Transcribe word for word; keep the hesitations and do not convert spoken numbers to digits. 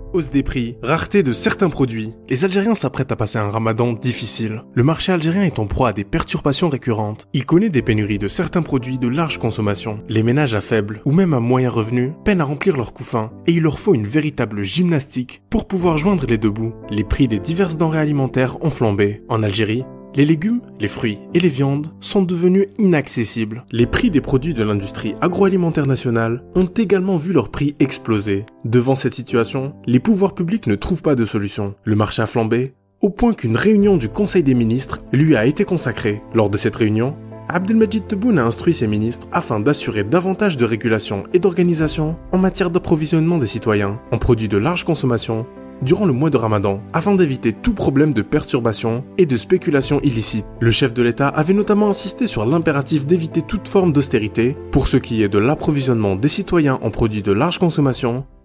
Hausse des prix, rareté de certains produits. Les Algériens s'apprêtent à passer un ramadan difficile. Le marché algérien est en proie à des perturbations récurrentes. Il connaît des pénuries de certains produits de large consommation. Les ménages à faible ou même à moyen revenu peinent à remplir leurs couffins et il leur faut une véritable gymnastique pour pouvoir joindre les deux bouts. Les prix des diverses denrées alimentaires ont flambé. En Algérie, les légumes, les fruits et les viandes sont devenus inaccessibles. Les prix des produits de l'industrie agroalimentaire nationale ont également vu leur prix exploser. Devant cette situation, les pouvoirs publics ne trouvent pas de solution. Le marché a flambé, au point qu'une réunion du Conseil des ministres lui a été consacrée. Lors de cette réunion, Abdelmadjid Tebboune a instruit ses ministres afin d'assurer davantage de régulation et d'organisation en matière d'approvisionnement des citoyens en produits de large consommation durant le mois de Ramadan, afin d'éviter tout problème de perturbation et de spéculation illicite. Le chef de l'État avait notamment insisté sur l'impératif d'éviter toute forme d'austérité pour ce qui est de l'approvisionnement des citoyens en produits de large consommation